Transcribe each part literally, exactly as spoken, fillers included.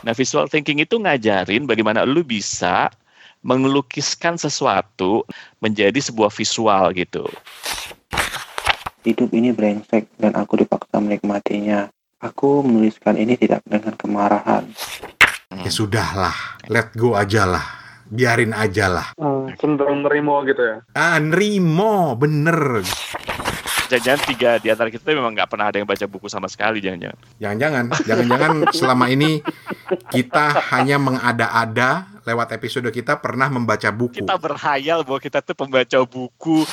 Nah, visual thinking itu ngajarin bagaimana lu bisa mengelukiskan sesuatu menjadi sebuah visual gitu. Hidup ini brengsek dan aku dipaksa menikmatinya. Aku menuliskan ini tidak dengan kemarahan. Ya sudahlah, let go aja lah. Biarin aja lah. Hmm, cenderung nerimo gitu ya? Ah, nerimo, bener. Jangan-jangan tiga di antara kita memang nggak pernah ada yang baca buku sama sekali, jangan-jangan. Jangan-jangan, jangan-jangan selama ini kita hanya mengada-ada lewat episode kita pernah membaca buku. Kita berhayal bahwa kita tuh pembaca buku.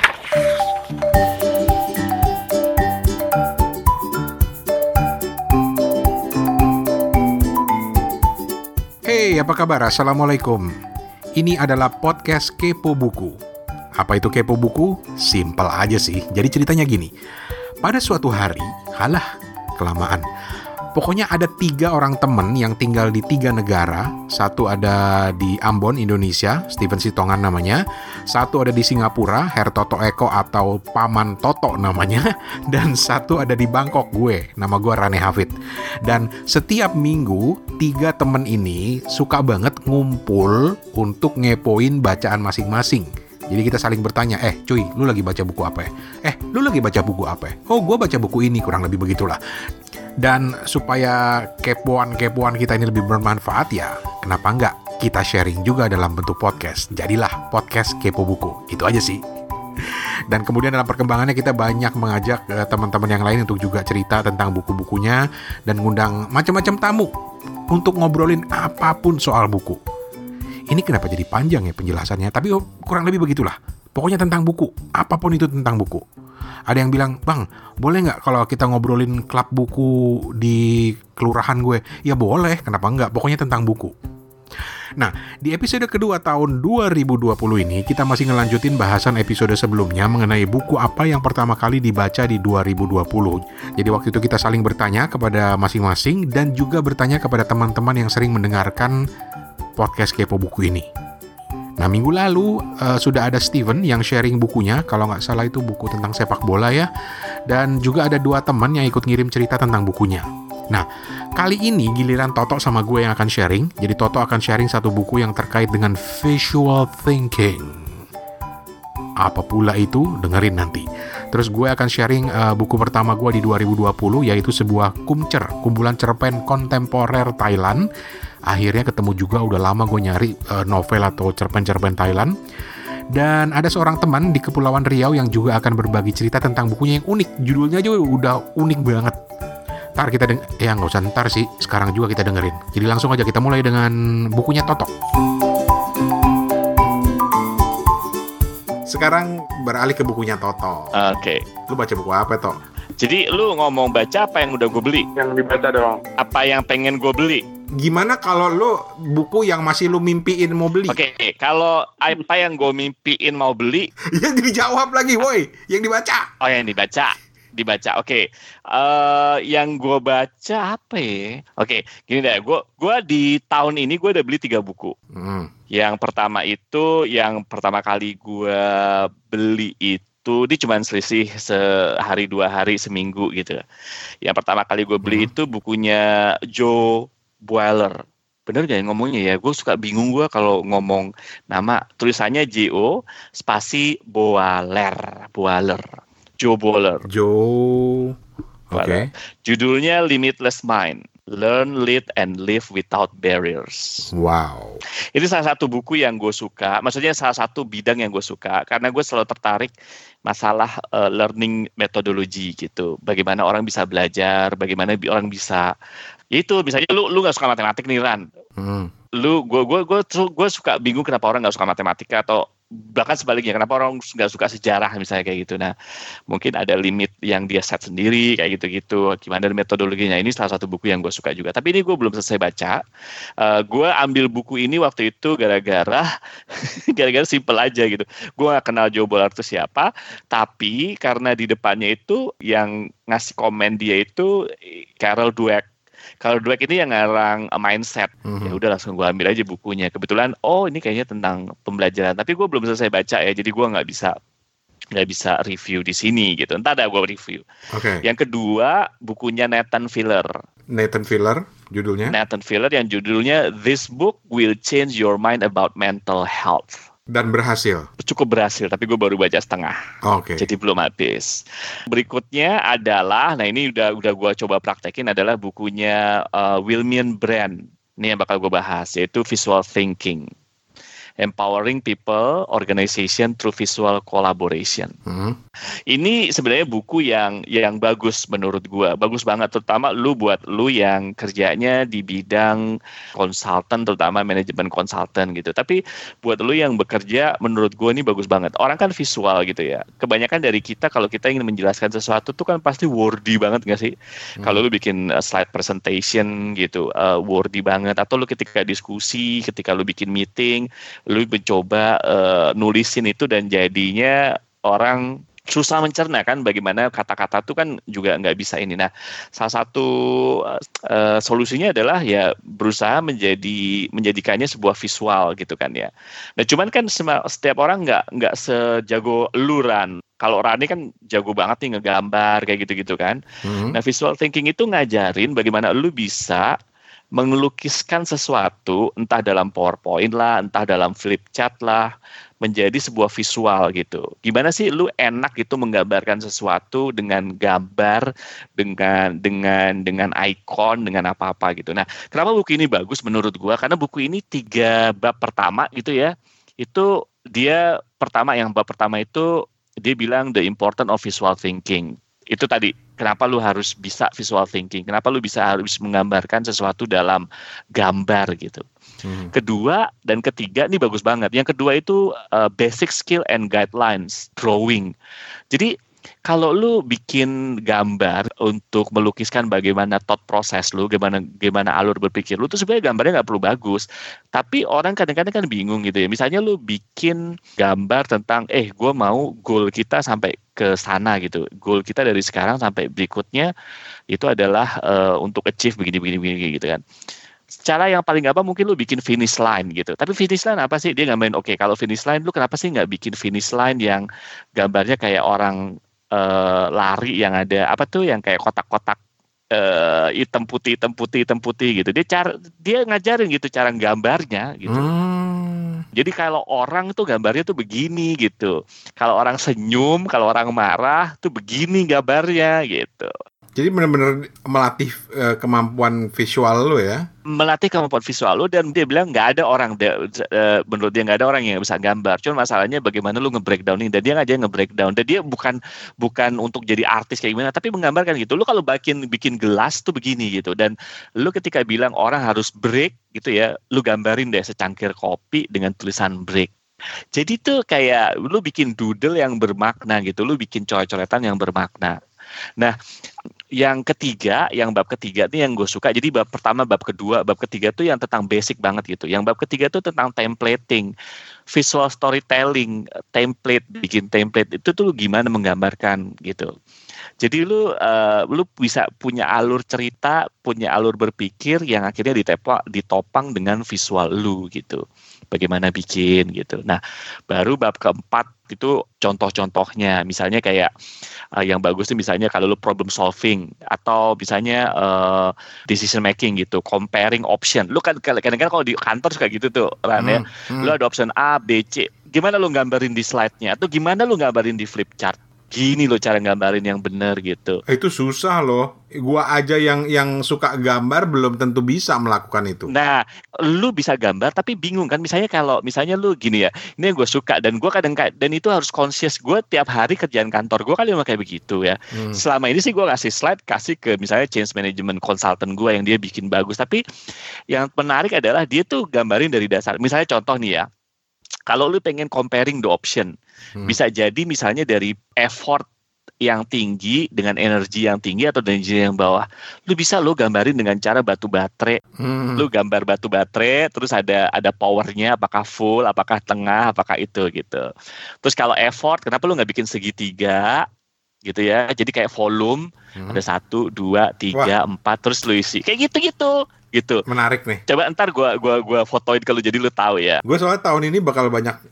Hey, apa kabar? Assalamualaikum. Ini adalah podcast Kepo Buku. Apa itu Kepo Buku? Simpel aja sih. Jadi ceritanya gini. Pada suatu hari, halah, kelamaan. Pokoknya ada tiga orang temen yang tinggal di tiga negara. Satu ada di Ambon, Indonesia, Steven Sitongan namanya. Satu ada di Singapura, Her Toto Eko atau Paman Toto namanya. Dan satu ada di Bangkok, gue, nama gue Rane Hafid. Dan setiap minggu, tiga temen ini suka banget ngumpul untuk ngepoin bacaan masing-masing. Jadi kita saling bertanya, eh cuy, lu lagi baca buku apa ya? Eh, lu lagi baca buku apa ya? Oh, gue baca buku ini, kurang lebih begitulah. Dan supaya kepoan-kepoan kita ini lebih bermanfaat ya, kenapa enggak kita sharing juga dalam bentuk podcast. Jadilah podcast Kepo Buku. Itu aja sih. Dan kemudian dalam perkembangannya kita banyak mengajak uh, teman-teman yang lain untuk juga cerita tentang buku-bukunya dan ngundang macam-macam tamu untuk ngobrolin apapun soal buku. Ini kenapa jadi panjang ya penjelasannya, tapi oh, kurang lebih begitulah. Pokoknya tentang buku, apapun itu tentang buku. Ada yang bilang, bang, boleh nggak kalau kita ngobrolin klub buku di kelurahan gue? Ya boleh, kenapa nggak? Pokoknya tentang buku. Nah, di episode kedua tahun dua ribu dua puluh ini, kita masih ngelanjutin bahasan episode sebelumnya mengenai buku apa yang pertama kali dibaca di dua ribu dua puluh. Jadi waktu itu kita saling bertanya kepada masing-masing dan juga bertanya kepada teman-teman yang sering mendengarkan podcast Kepo Buku ini. Nah, minggu lalu uh, sudah ada Steven yang sharing bukunya, kalau nggak salah itu buku tentang sepak bola ya. Dan juga ada dua teman yang ikut ngirim cerita tentang bukunya. Nah, kali ini giliran Toto sama gue yang akan sharing. Jadi Toto akan sharing satu buku yang terkait dengan visual thinking. Apa pula itu? Dengerin nanti. Terus gue akan sharing uh, buku pertama gue di dua ribu dua puluh, yaitu sebuah kumcer, kumpulan cerpen kontemporer Thailand. Akhirnya ketemu juga, udah lama gue nyari uh, novel atau cerpen-cerpen Thailand. Dan ada seorang teman di Kepulauan Riau yang juga akan berbagi cerita tentang bukunya yang unik. Judulnya aja udah unik banget. Ntar kita deng- ya nggak usah ntar sih, sekarang juga kita dengerin. Jadi langsung aja kita mulai dengan bukunya Toto. Sekarang beralih ke bukunya Toto. Oke. Okay. Lu baca buku apa, Toto? Jadi lu ngomong baca apa yang udah gue beli? Yang dibaca dong. Apa yang pengen gue beli? Gimana kalau lu buku yang masih lu mimpiin mau beli? Oke, okay, kalau apa yang gue mimpiin mau beli? Ya dijawab lagi, woi. Yang dibaca. Oh, yang dibaca. Dibaca, oke. Okay. Uh, yang gue baca apa ya? Oke, okay, gini deh. Gue gue di tahun ini gue udah beli tiga buku. Hmm. Yang pertama itu, yang pertama kali gue beli itu, Tuh, dia cuma selisih sehari dua hari seminggu gitu. Yang pertama kali gue beli hmm. itu bukunya Joe Boiler. Bener gak ya ngomongnya ya? Gue suka bingung gue kalau ngomong nama. Tulisannya J O spasi Boiler, Boiler, Joe Boiler. Joe. Oke. Okay. Judulnya Limitless Mind. Learn, Lead, and Live Without Barriers. Wow. Ini salah satu buku yang gue suka. Maksudnya salah satu bidang yang gue suka. Karena gue selalu tertarik masalah uh, learning methodology gitu. Bagaimana orang bisa belajar, bagaimana orang bisa. Itu misalnya lu lu nggak suka matematik nih Ran. Hmm. Lu gue gue gue gue suka bingung kenapa orang nggak suka matematika atau bahkan sebaliknya kenapa orang nggak suka sejarah misalnya kayak gitu. Nah mungkin ada limit yang dia set sendiri kayak gitu-gitu, gimana metodologinya. Ini salah satu buku yang gue suka juga, tapi ini gue belum selesai baca. uh, gue ambil buku ini waktu itu gara-gara gara-gara simple aja gitu. Gue gak kenal Joe Boiler itu siapa, tapi karena di depannya itu yang ngasih komen dia itu Carol Dweck. Kalau Dweck ini yang ngarang mindset, mm-hmm. ya udah langsung gue ambil aja bukunya. Kebetulan, oh ini kayaknya tentang pembelajaran, tapi gue belum selesai baca ya, jadi gue nggak bisa nggak bisa review di sini gitu. Entar ada gue review. Okay. Yang kedua bukunya Nathan Fielder. Nathan Fielder Judulnya? Nathan Fielder yang judulnya This Book Will Change Your Mind About Mental Health. Dan berhasil? Cukup berhasil, tapi gue baru baca setengah. Oke. Okay. Jadi belum habis. Berikutnya adalah, nah ini udah udah gue coba praktekin, adalah bukunya uh, William Brand. Ini yang bakal gue bahas, yaitu Visual Thinking. Empowering People, Organization Through Visual Collaboration. Hmm. Ini sebenarnya buku yang yang bagus menurut gua, bagus banget, terutama lu buat lu yang kerjanya di bidang konsultan, terutama manajemen konsultan gitu. Tapi buat lu yang bekerja, menurut gua ini bagus banget. Orang kan visual gitu ya. Kebanyakan dari kita kalau kita ingin menjelaskan sesuatu tuh kan pasti wordy banget nggak sih? Hmm. Kalau lu bikin uh, slide presentation gitu, uh, wordy banget. Atau lu ketika diskusi, ketika lu bikin meeting, lu mencoba uh, nulisin itu dan jadinya orang susah mencerna kan, bagaimana kata-kata itu kan juga nggak bisa ini. Nah, salah satu uh, solusinya adalah ya berusaha menjadi menjadikannya sebuah visual gitu kan ya. Nah, cuman kan setiap orang nggak nggak sejago luran. Kalau Rani kan jago banget nih ngegambar kayak gitu-gitu kan. Mm-hmm. Nah, visual thinking itu ngajarin bagaimana lu bisa mengelukiskan sesuatu, entah dalam PowerPoint lah, entah dalam flip chart lah, menjadi sebuah visual gitu. Gimana sih lu enak gitu menggambarkan sesuatu dengan gambar, dengan dengan dengan icon, dengan apa-apa gitu. Nah, kenapa buku ini bagus menurut gua? Karena buku ini tiga bab pertama gitu ya. Itu dia pertama, yang bab pertama itu dia bilang the importance of visual thinking. Itu tadi, kenapa lu harus bisa visual thinking, kenapa lu bisa harus menggambarkan sesuatu dalam gambar gitu. Hmm. Kedua dan ketiga ini bagus banget. Yang kedua itu uh, basic skill and guidelines, drawing. Jadi kalau lu bikin gambar untuk melukiskan bagaimana thought process lu, gimana gimana alur berpikir lu, tuh sebenarnya gambarnya nggak perlu bagus. Tapi orang kadang-kadang kan bingung gitu ya. Misalnya lu bikin gambar tentang, eh gue mau goal kita sampai ke sana gitu. Goal kita dari sekarang sampai berikutnya itu adalah uh, untuk achieve begini-begini gitu kan. Cara yang paling gampang mungkin lu bikin finish line gitu. Tapi finish line apa sih? Dia gambarin, oke okay, kalau finish line lu kenapa sih nggak bikin finish line yang gambarnya kayak orang Uh, lari yang ada apa tuh yang kayak kotak-kotak uh, hitam putih hitam putih hitam putih gitu. Dia cara dia ngajarin gitu cara gambarnya gitu. Hmm. Jadi kalau orang tuh gambarnya tuh begini gitu. Kalau orang senyum, kalau orang marah tuh begini gambarnya gitu. Jadi benar-benar melatih uh, kemampuan visual lo ya? Melatih kemampuan visual lo, dan dia bilang nggak ada orang, de, uh, menurut dia nggak ada orang yang bisa gambar. Cuma masalahnya bagaimana lo nge-breakdowning, dan dia ngajarin nge-breakdown. Dan dia bukan bukan untuk jadi artis kayak gimana, tapi menggambarkan gitu. Lo kalau bikin bikin gelas tuh begini gitu. Dan lo ketika bilang orang harus break gitu ya, lo gambarin deh secangkir kopi dengan tulisan break. Jadi tuh kayak lo bikin doodle yang bermakna gitu. Lo bikin coret-coretan yang bermakna. Nah, yang ketiga, yang bab ketiga itu yang gue suka. Jadi bab pertama, bab kedua, bab ketiga itu yang tentang basic banget gitu. Yang bab ketiga itu tentang templating, visual storytelling, template, bikin template itu tuh lu gimana menggambarkan gitu. Jadi lu uh, lu bisa punya alur cerita, punya alur berpikir yang akhirnya ditepa, ditopang dengan visual lu gitu. Bagaimana bikin gitu. Nah, baru bab keempat itu contoh-contohnya, misalnya kayak uh, yang bagus itu misalnya kalau lu problem solving atau misalnya uh, decision making gitu, comparing option. Lu kan kadang-kadang kalau di kantor suka gitu tuh, Ran ya. Hmm, hmm. Lu ada option A, B, C. Gimana lu gambarin di slide-nya atau gimana lu gambarin di flip chart? Gini loh cara gambarin yang benar gitu. Itu susah loh. Gua aja yang yang suka gambar belum tentu bisa melakukan itu. Nah, lu bisa gambar tapi bingung kan. Misalnya kalau misalnya lu gini ya, ini yang gue suka dan gue kadang dan itu harus conscious. Gue tiap hari kerjaan kantor gue kali memang kayak begitu ya. Hmm. Selama ini sih gue kasih slide, kasih ke misalnya change management consultant gue yang dia bikin bagus. Tapi yang menarik adalah dia tuh gambarin dari dasar. Misalnya contoh nih ya. Kalau lu pengen comparing the option, hmm. bisa jadi misalnya dari effort yang tinggi dengan energi yang tinggi atau energi yang bawah. Lu bisa lu gambarin dengan cara batu baterai. Hmm. Lu gambar batu baterai, terus ada ada powernya, apakah full, apakah tengah, apakah itu gitu. Terus kalau effort, kenapa lu nggak bikin segitiga? Gitu ya, jadi kayak volume, hmm. ada satu, dua, tiga, Wah. empat, terus lu isi. Kayak gitu-gitu. Gitu. Menarik nih. Coba ntar gue gua gua fotoin kalau jadi lu tahu ya. Gue soalnya tahun ini bakal banyak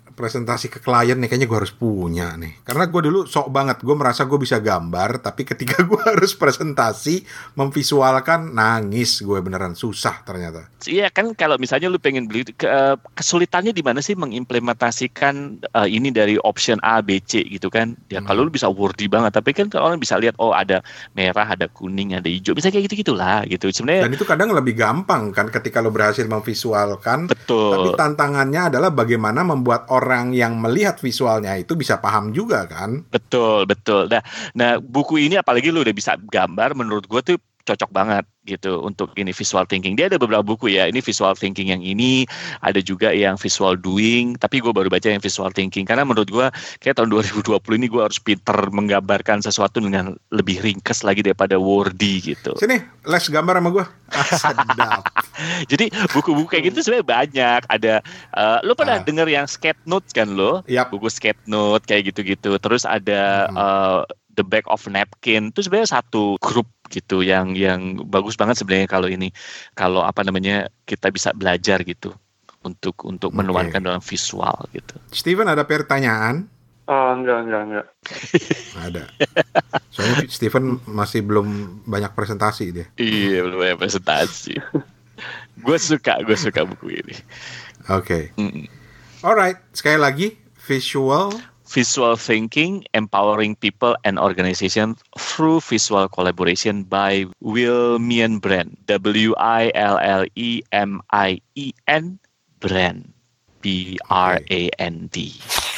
presentasi ke klien nih, kayaknya gue harus punya nih. Karena gue dulu sok banget, gue merasa gue bisa gambar, tapi ketika gue harus presentasi, memvisualkan, nangis gue beneran, susah ternyata. Iya kan, kalau misalnya lu pengen beli, ke, kesulitannya di mana sih mengimplementasikan uh, ini dari option A, B, C gitu kan. Ya hmm. kalau lu bisa wordy banget, tapi kan kalau orang bisa lihat, oh ada merah, ada kuning, ada hijau, bisa kayak gitu-gitulah gitu. Sebenarnya. Dan itu kadang lebih gampang kan ketika lu berhasil memvisualkan. Betul. Tapi tantangannya adalah bagaimana membuat orang yang melihat visualnya itu bisa paham juga kan. Betul, betul. Nah, nah buku ini apalagi lu udah bisa gambar, menurut gue tuh cocok banget gitu untuk ini visual thinking. Dia ada beberapa buku ya, ini visual thinking yang ini, ada juga yang visual doing, tapi gue baru baca yang visual thinking karena menurut gue kayak tahun dua ribu dua puluh ini gue harus pinter menggambarkan sesuatu dengan lebih ringkas lagi daripada wordy gitu. Sini, les gambar sama gue. Ah, sedap. Jadi buku-buku kayak gitu sebenarnya banyak. Ada, uh, lo pernah ah. denger yang skate notes kan lo? Yep. Buku skate note kayak gitu-gitu. Terus ada hmm. uh, The Back of Napkin. Itu sebenarnya satu grup gitu yang yang bagus banget sebenarnya kalau ini, kalau apa namanya kita bisa belajar gitu untuk untuk menuangkan okay. dalam visual gitu. Steven, ada pertanyaan? Oh, enggak, enggak, enggak. Ada. Soalnya Steven masih belum banyak presentasi dia. Iya, belum banyak presentasi. Gue suka, gue suka buku ini. Oke. Okay. Mm. Alright, sekali lagi visual Visual Thinking, Empowering People and Organization Through Visual Collaboration by William Brand. W I L L E M I E N Brand. B R A N D.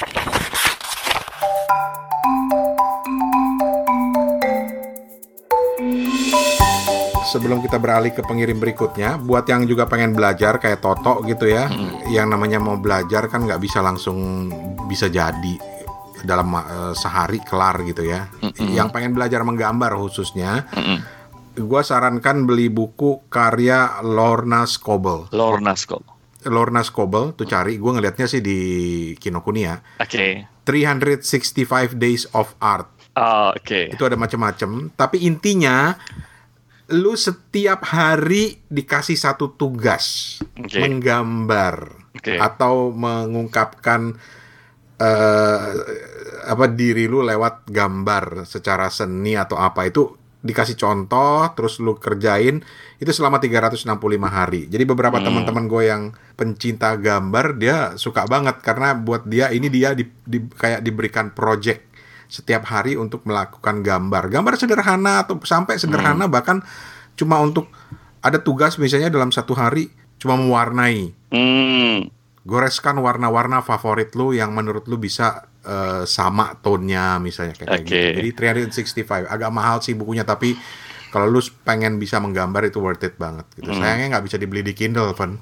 Sebelum kita beralih ke pengirim berikutnya, buat yang juga pengen belajar kayak Toto gitu ya, hmm. yang namanya mau belajar kan nggak bisa langsung bisa jadi dalam uh, sehari kelar gitu ya. Mm-mm. Yang pengen belajar menggambar khususnya, gue sarankan beli buku karya Lorna Scoble. Lorna Scoble. Lorna Scoble, tuh cari, gue ngelihatnya sih di Kinokuniya. Oke. Okay. three hundred sixty-five Days of Art. Oh, oke. Okay. Itu ada macam-macam, tapi intinya lu setiap hari dikasih satu tugas, okay. menggambar okay. atau mengungkapkan uh, apa diri lu lewat gambar secara seni atau apa, itu dikasih contoh terus lu kerjain itu selama tiga ratus enam puluh lima hari. Jadi beberapa hmm. teman-teman gue yang pencinta gambar dia suka banget karena buat dia ini dia di, di, kayak diberikan project setiap hari untuk melakukan gambar. Gambar sederhana atau sampai sederhana hmm. bahkan cuma untuk ada tugas misalnya dalam satu hari cuma mewarnai. Hmm. Goreskan warna-warna favorit lu yang menurut lu bisa uh, sama tone-nya misalnya kayak okay. gitu. Jadi three hundred sixty-five agak mahal sih bukunya, tapi kalau lu pengen bisa menggambar itu worth it banget gitu. Hmm. Sayangnya nggak bisa dibeli di Kindle, Van.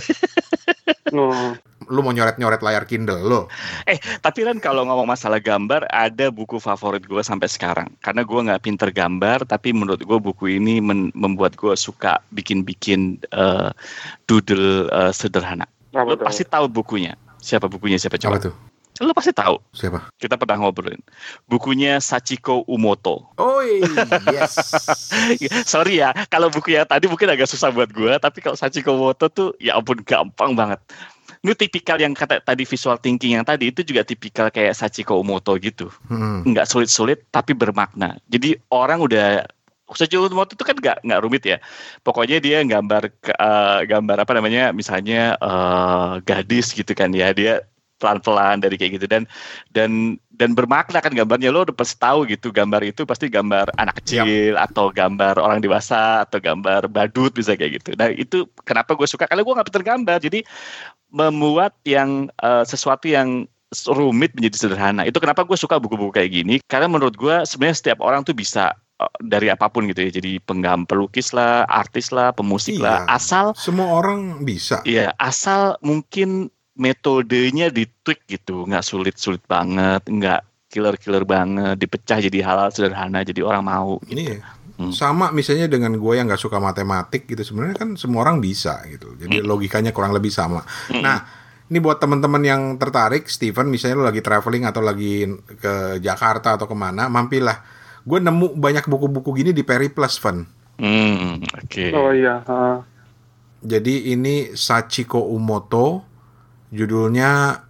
Oh. Lu mau nyoret-nyoret layar Kindle lo. Eh, tapi kan kalau ngomong masalah gambar, ada buku favorit gue sampai sekarang. Karena gue nggak pinter gambar, tapi menurut gue buku ini men- membuat gue suka bikin-bikin uh, doodle uh, sederhana. Lo pasti tahu bukunya. Siapa bukunya? Siapa coba? Apa tuh? Lo pasti tahu. Siapa? Kita pernah ngobrolin. Bukunya Sachiko Umoto. Oh yes. Sorry ya, kalau buku yang tadi mungkin agak susah buat gue, tapi kalau Sachiko Umoto tuh ya ampun gampang banget. Ini tipikal yang kata tadi visual thinking yang tadi itu juga tipikal kayak Sachiko Umoto gitu. Hmm. Nggak sulit-sulit tapi bermakna. Jadi orang udah Sachiko Umoto itu kan nggak nggak rumit ya. Pokoknya dia gambar uh, gambar apa namanya, misalnya uh, gadis gitu kan ya, dia pelan-pelan dari kayak gitu dan dan dan bermakna kan gambarnya. Lo udah pasti tahu gitu gambar itu pasti gambar anak kecil yep. atau gambar orang dewasa atau gambar badut bisa kayak gitu. Nah itu kenapa gue suka, karena gue nggak pinter gambar, jadi membuat yang uh, sesuatu yang rumit menjadi sederhana. Itu kenapa gue suka buku-buku kayak gini, karena menurut gue sebenarnya setiap orang tuh bisa dari apapun gitu ya, jadi penggambar, pelukis lah, artis lah, pemusik iya, lah, asal semua orang bisa. Iya, asal mungkin metodenya ditweak gitu, nggak sulit-sulit banget, nggak killer-killer banget, dipecah jadi hal-hal sederhana, jadi orang mau. Gitu. Iya. Hmm. Sama misalnya dengan gue yang nggak suka matematik gitu, sebenarnya kan semua orang bisa gitu, jadi hmm. logikanya kurang lebih sama. Hmm. Nah, ini buat teman-teman yang tertarik, Steven, misalnya lo lagi traveling atau lagi ke Jakarta atau kemana, mampirlah. Gue nemu banyak buku-buku gini di Periplus, Van. Hmm, oke. Okay. Oh iya. Uh. Jadi ini Sachiko Umoto, judulnya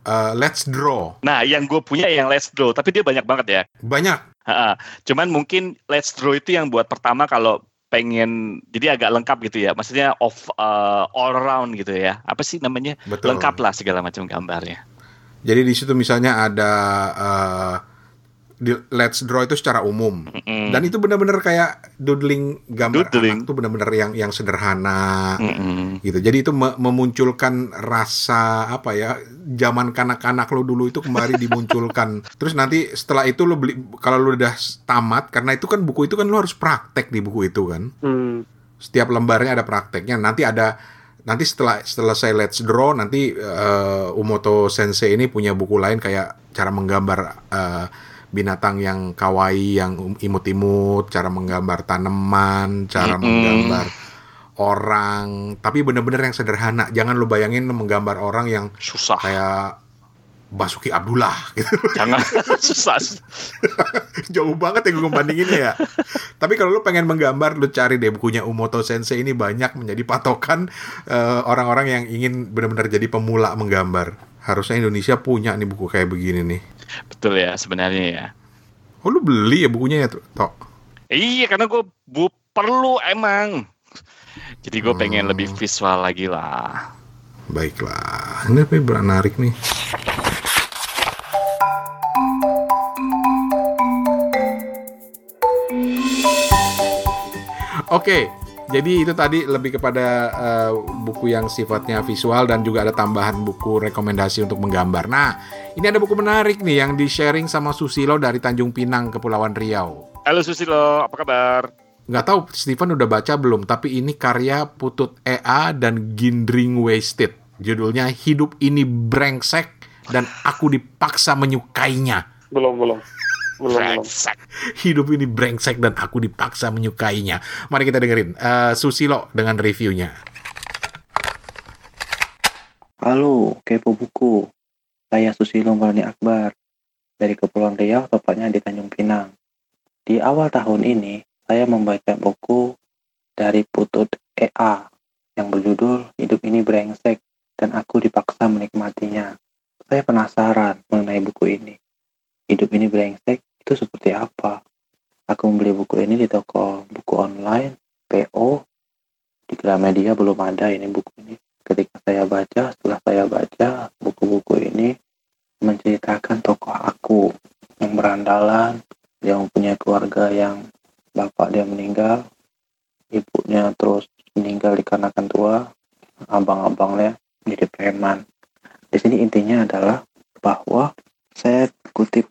uh, Let's Draw. Nah, yang gue punya yang Let's Draw, tapi dia banyak banget ya. Banyak. Ha-ha. Cuman mungkin Let's Draw itu yang buat pertama kalau pengen, jadi agak lengkap gitu ya. Maksudnya off uh, all around gitu ya. Apa sih namanya? Betul. Lengkap lah segala macam gambarnya. Jadi di situ misalnya ada uh, di Let's Draw itu secara umum. Mm-mm. Dan itu benar-benar kayak doodling gambar Doodling. anak tuh benar-benar yang yang sederhana. Mm-mm. Gitu. Jadi itu me- memunculkan rasa apa ya? Zaman kanak-kanak lo dulu itu kembali dimunculkan. Terus nanti setelah itu lo beli, kalau lo udah tamat, karena itu kan buku itu kan lo harus praktek di buku itu kan. Hmm. Setiap lembarnya ada prakteknya. Nanti ada nanti setelah setelah saya Let's Draw, nanti uh, Umoto Sensei ini punya buku lain kayak cara menggambar uh, binatang yang kawaii, yang imut-imut, cara menggambar tanaman, cara Mm-mm. menggambar orang, tapi bener-bener yang sederhana. Jangan lo bayangin lo menggambar orang yang Susah. kayak Basuki Abdullah gitu. Jangan susah. Jauh banget ya gue ngebandinginnya ya. Tapi kalau lu pengen menggambar, lu cari deh bukunya Umoto Sensei, ini banyak menjadi patokan uh, orang-orang yang ingin benar-benar jadi pemula menggambar. Harusnya Indonesia punya nih buku kayak begini nih. Betul ya sebenarnya ya. Oh, lu beli ya bukunya ya, Tok? Iya, karena gue bu- perlu emang. Jadi gue pengen Hmm. lebih visual lagi lah. Baiklah. Ini tapi menarik nih. Oke, jadi itu tadi lebih kepada uh, buku yang sifatnya visual dan juga ada tambahan buku rekomendasi untuk menggambar. Nah, ini ada buku menarik nih yang di-sharing sama Susilo dari Tanjung Pinang, Kepulauan Riau. Halo Susilo, apa kabar? Nggak tahu Steven udah baca belum, tapi ini karya Putut E A dan Gindring Wasted. Judulnya Hidup Ini Brengsek dan Aku Dipaksa Menyukainya. Belum, belum. Belum, belum. Brengsek. Hidup ini brengsek dan aku dipaksa menyukainya. Mari kita dengerin uh, Susilo dengan reviewnya. Halo, kepo buku. Saya Susilo Maulani Akbar dari Kepulauan Riau, tepatnya di Tanjung Pinang. Di awal tahun ini, saya membaca buku dari Putut E A yang berjudul Hidup Ini Brengsek dan Aku Dipaksa Menikmatinya. Saya penasaran mengenai buku ini. Hidup Ini Brengsek itu seperti apa? Aku membeli buku ini di toko buku online, P O, di Gramedia belum ada ini buku ini. Ketika saya baca, setelah saya baca, buku-buku ini menceritakan tokoh aku yang berandalan, dia mempunyai keluarga yang bapak dia meninggal, ibunya terus meninggal dikarenakan tua, abang-abangnya jadi preman. Di sini intinya adalah bahwa saya kutip,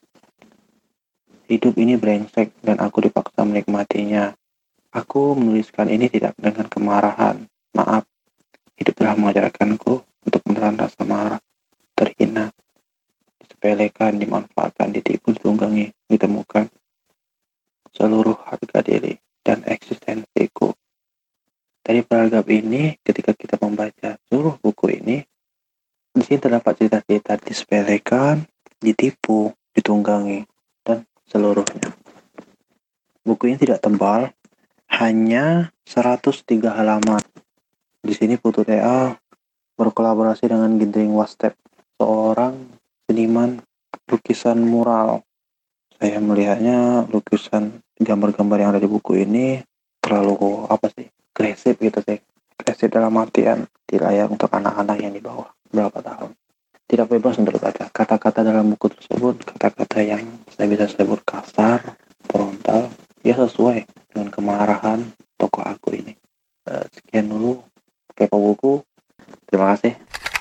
hidup ini brengsek dan aku dipaksa menikmatinya. Aku menuliskan ini tidak dengan kemarahan. Maaf, hidup telah mengajarkanku untuk menelan rasa marah, terhina, disepelekan, dimanfaatkan, ditipu, ditunggangi, ditemukan seluruh harga diri dan eksistensiku. Dari paragraf ini, ketika kita membaca seluruh buku ini, di sini terdapat cerita-cerita disepelekan, ditipu, ditunggangi, dan seluruhnya. Buku ini tidak tebal, hanya seratus tiga halaman. Di sini Putut E A berkolaborasi dengan Gindring Wasted, seorang seniman lukisan mural. Saya melihatnya lukisan gambar-gambar yang ada di buku ini terlalu apa sih? Agresif gitu sih. Agresif dalam artian tidak layak untuk anak-anak yang di bawah berapa tahun. Tidak bebas untuk dibaca. Kata-kata dalam buku tersebut, kata-kata yang saya bisa sebut kasar, frontal, ya sesuai dengan kemarahan tokoh aku ini. Uh, sekian dulu kepo buku. Terima kasih.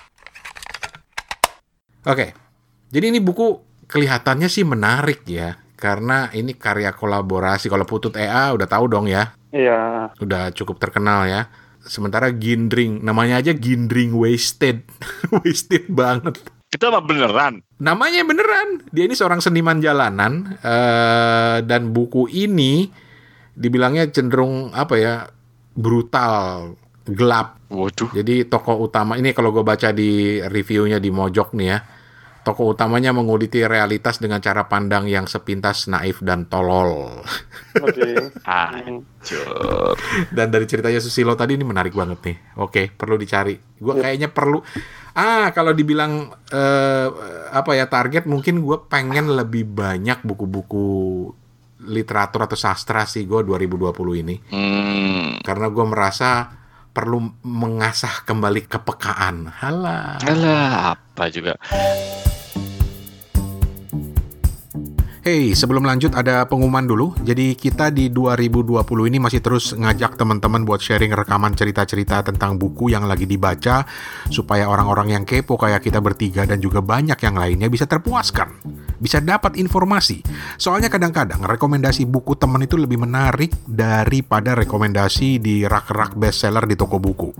Oke, jadi ini buku kelihatannya sih menarik ya, karena ini karya kolaborasi. Kalau Putut E A udah tahu dong ya, Iya. udah cukup terkenal ya. Sementara Gindring, namanya aja Gindring Wasted. Wasted banget. Itu apa beneran? Namanya beneran. Dia ini seorang seniman jalanan. Uh, dan buku ini dibilangnya cenderung apa ya, brutal, gelap. Waduh. Jadi tokoh utama, ini kalau gue baca di reviewnya di Mojok nih ya, Tokoh utamanya menguliti realitas dengan cara pandang yang sepintas naif dan tolol. Oke. Hancur. Dan dari ceritanya Susilo tadi ini menarik banget nih. Oke, perlu dicari. Gue kayaknya perlu. Ah, kalau dibilang eh, apa ya target, mungkin gue pengen lebih banyak buku-buku literatur atau sastra sih gue dua ribu dua puluh ini. Hmm. Karena gue merasa perlu mengasah kembali kepekaan. Halah. Alah, apa juga. Hey, sebelum lanjut ada pengumuman dulu. Jadi kita di dua ribu dua puluh ini masih terus ngajak teman-teman buat sharing rekaman cerita-cerita tentang buku yang lagi dibaca, supaya orang-orang yang kepo kayak kita bertiga dan juga banyak yang lainnya bisa terpuaskan, bisa dapat informasi. Soalnya kadang-kadang rekomendasi buku teman itu lebih menarik daripada rekomendasi di rak-rak bestseller di toko buku.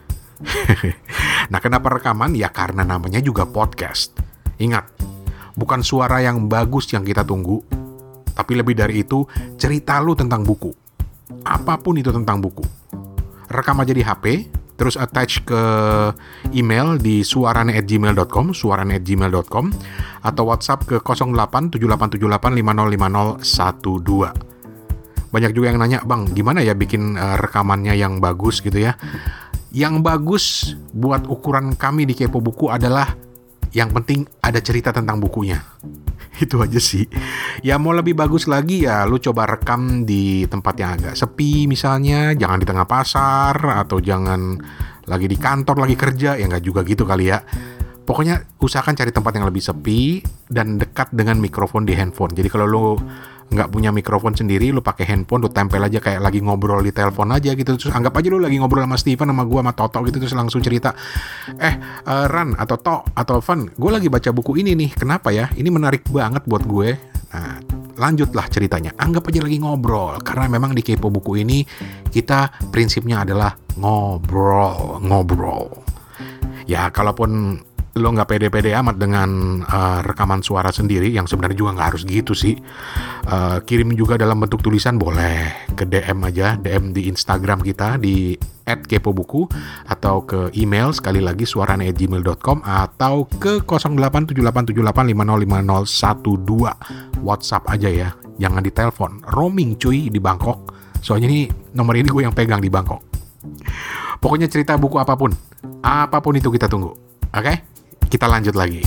Nah, kenapa rekaman? Ya karena namanya juga podcast. Ingat, bukan suara yang bagus yang kita tunggu, tapi lebih dari itu, cerita lu tentang buku. Apapun itu tentang buku. Rekam aja di H P, terus attach ke email di suarane at gmail dot com, suarane at gmail dot com, atau WhatsApp ke nol delapan tujuh delapan tujuh delapan lima nol lima nol satu dua. Banyak juga yang nanya, Bang, gimana ya bikin uh, rekamannya yang bagus gitu ya? Yang bagus buat ukuran kami di Kepo Buku adalah yang penting ada cerita tentang bukunya. Itu aja sih. Ya mau lebih bagus lagi ya lu coba rekam di tempat yang agak sepi misalnya. Jangan di tengah pasar, atau jangan lagi di kantor, lagi kerja. Ya nggak juga gitu kali ya. Pokoknya usahakan cari tempat yang lebih sepi dan dekat dengan mikrofon di handphone. Jadi kalau lu nggak punya mikrofon sendiri, lu pakai handphone, lu tempel aja kayak lagi ngobrol di telepon aja gitu. Terus anggap aja lu lagi ngobrol sama Steven, sama gua, sama Toto gitu. Terus langsung cerita, eh uh, Ran atau To atau Van, gue lagi baca buku ini nih, kenapa ya, ini menarik banget buat gue. Nah, lanjutlah ceritanya, anggap aja lagi ngobrol. Karena memang di Kepo Buku ini kita prinsipnya adalah ngobrol, ngobrol. Ya kalaupun lo nggak pede-pede amat dengan uh, rekaman suara sendiri, yang sebenarnya juga nggak harus gitu sih, uh, kirim juga dalam bentuk tulisan boleh, ke D M aja, D M di Instagram kita di at kepobuku, atau ke email sekali lagi suarane at gmail dot com, atau ke nol delapan tujuh delapan tujuh delapan lima nol lima nol satu dua. WhatsApp aja ya, jangan ditelepon, roaming cuy di Bangkok, soalnya ini nomor ini gue yang pegang di Bangkok. Pokoknya cerita buku apapun, apapun itu kita tunggu. Oke? Okay? Kita lanjut lagi.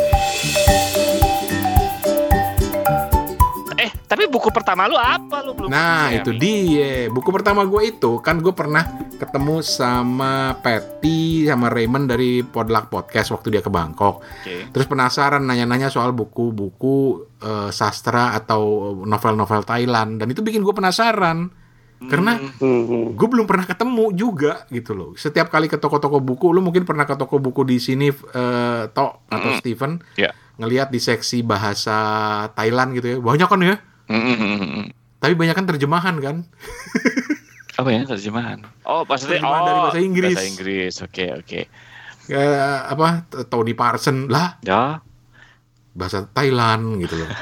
Eh, tapi buku pertama lu apa? Lu belum. Nah, itu dia. Buku pertama gue itu, kan gue pernah ketemu sama Patty, sama Raymond dari Podluck Podcast waktu dia ke Bangkok. Okay. Terus penasaran nanya-nanya soal buku-buku uh, sastra atau novel-novel Thailand. Dan itu bikin gue penasaran. Karena Hmm. gue belum pernah ketemu juga gitu loh. Setiap kali ke toko-toko buku, lu mungkin pernah ke toko buku di sini, uh, Tok atau Mm-mm. Steven, Ya. ngelihat di seksi bahasa Thailand gitu ya. Banyak kan ya? Mm-mm. Tapi banyak kan terjemahan kan? Apa ya terjemahan? Oh, maksudnya Terjemahan oh, dari bahasa Inggris. Bahasa Inggris. Oke, oke. Kayak apa? Tony Parson lah, Ya. bahasa Thailand gitu loh.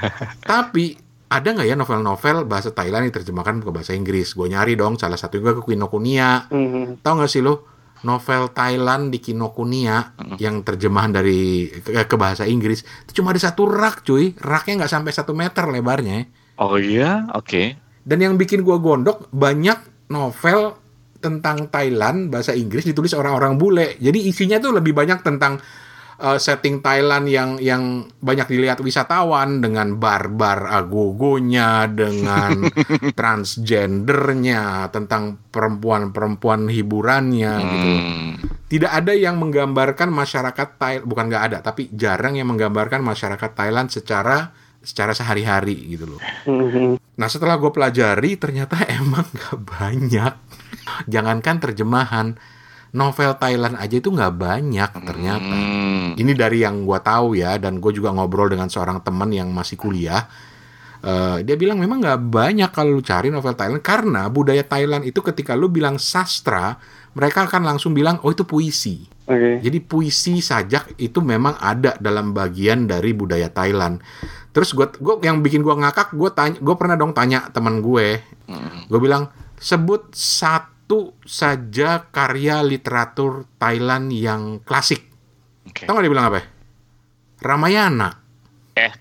Tapi ada nggak ya novel-novel bahasa Thailand yang terjemahkan ke bahasa Inggris? Gue nyari dong, salah satu juga ke Kinokuniya. Hmm. Tahu nggak sih lo novel Thailand di Kinokuniya yang terjemahan dari ke, ke bahasa Inggris itu cuma ada satu rak cuy, raknya nggak sampai satu meter lebarnya. Oh iya, oke. Dan yang bikin gue gondok, banyak novel tentang Thailand bahasa Inggris ditulis orang-orang bule. Jadi isinya tuh lebih banyak tentang uh, setting Thailand yang yang banyak dilihat wisatawan, dengan bar-bar agogonya, dengan transgendernya, tentang perempuan-perempuan hiburannya gitu. Hmm. Tidak ada yang menggambarkan masyarakat Thailand, bukan nggak ada, tapi jarang yang menggambarkan masyarakat Thailand secara secara sehari-hari gitu loh. Hmm. Nah setelah gue pelajari ternyata emang gak banyak. Jangankan terjemahan, novel Thailand aja itu gak banyak ternyata. Hmm. Ini dari yang gue tahu ya, dan gue juga ngobrol dengan seorang teman yang masih kuliah. Uh, dia bilang memang gak banyak kalau lu cari novel Thailand, karena budaya Thailand itu ketika lu bilang sastra, mereka akan langsung bilang oh itu puisi. Oke. Jadi puisi, sajak itu memang ada dalam bagian dari budaya Thailand. Terus gue, gue yang bikin gue ngakak, gue tanya, gue pernah dong tanya teman gue, gue bilang sebut satu saja karya literatur Thailand yang klasik. Oke. Tahu nggak dia bilang apa? Ramayana. Eh.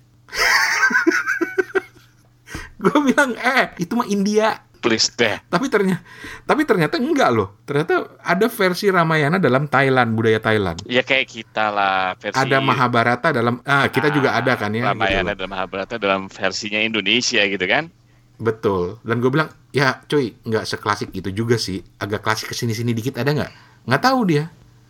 Gue bilang eh itu mah India. Please deh. Tapi ternyata, tapi ternyata enggak loh. Ternyata ada versi Ramayana dalam Thailand, budaya Thailand. Ya kayak kita lah versi. Ada Mahabharata dalam, ah kita ah, juga ada kan ya. Ramayana gitu dan Mahabharata dalam versinya Indonesia gitu kan. Betul. Dan gue bilang, ya cuy, nggak seklasik itu juga sih. Agak klasik kesini-sini dikit ada nggak? Nggak tahu dia.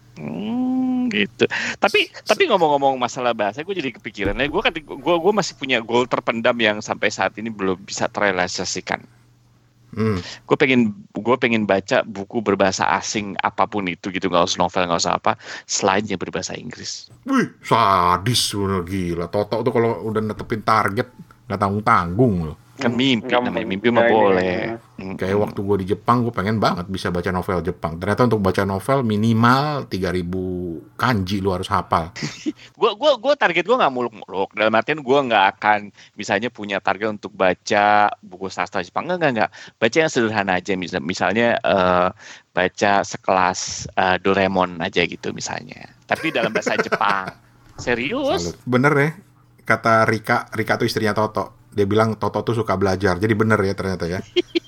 Hmm, gitu. Tapi tapi ngomong-ngomong masalah bahasa, gue jadi kepikiran. Gue kan, gue gue masih punya goal terpendam yang sampai saat ini belum bisa terrealisasikan. Hmm. Gue pengen gue pengen baca buku berbahasa asing apapun itu gitu, nggak usah novel, nggak usah apa, selain yang berbahasa Inggris. Wih, sadis bener, gila. Toto tuh kalau udah netepin target nggak tanggung-tanggung loh. Kan mimpi, namanya mimpi mah boleh. Hmm. Kayak waktu gue di Jepang, gue pengen banget bisa baca novel Jepang. Ternyata untuk baca novel minimal tiga ribu kanji lu harus hafal. Gue gue gue target gue nggak muluk-muluk. Dalam artian gue nggak akan misalnya punya target untuk baca buku sastra Jepang. Enggak, enggak, enggak. Baca yang sederhana aja. Misal, misalnya uh, baca sekelas uh, Doraemon aja gitu misalnya. Tapi dalam bahasa Jepang. Serius? Salut. Bener ya. Kata Rika, Rika tuh istrinya Toto. Dia bilang Toto tuh suka belajar. Jadi bener ya ternyata ya.